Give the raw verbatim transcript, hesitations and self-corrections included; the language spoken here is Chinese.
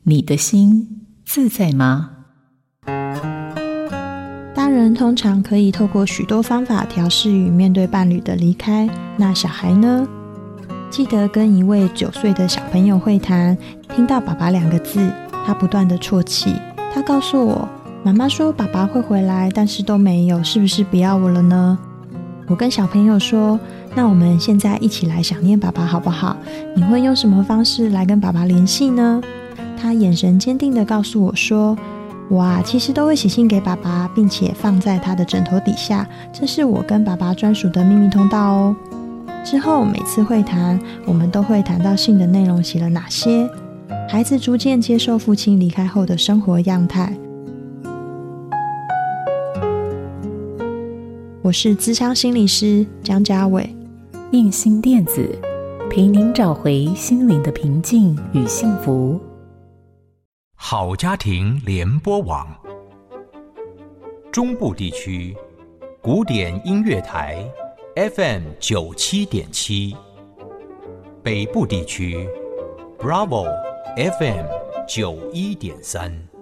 你的心自在吗？ 大人通常可以透过许多方法调适与面对伴侣的离开，那小孩呢？记得跟一位九岁的小朋友会谈，听到爸爸两个字，他不断的啜泣。他告诉我，妈妈说爸爸会回来，但是都没有，是不是不要我了呢？我跟小朋友说，那我们现在一起来想念爸爸好不好？你会用什么方式来跟爸爸联系呢？他眼神坚定地告诉我说，我啊其实都会写信给爸爸，并且放在他的枕头底下，这是我跟爸爸专属的秘密通道哦。之后每次会谈，我们都会谈到信的内容写了哪些，孩子逐渐接受父亲离开后的生活样态。我是咨商心理师江家伟， 印心电子陪您找回心灵的平静与幸福。 好家庭联播网，中部地区古典音乐台 F M 九七点七，北部地区 Bravo F M 九一点三。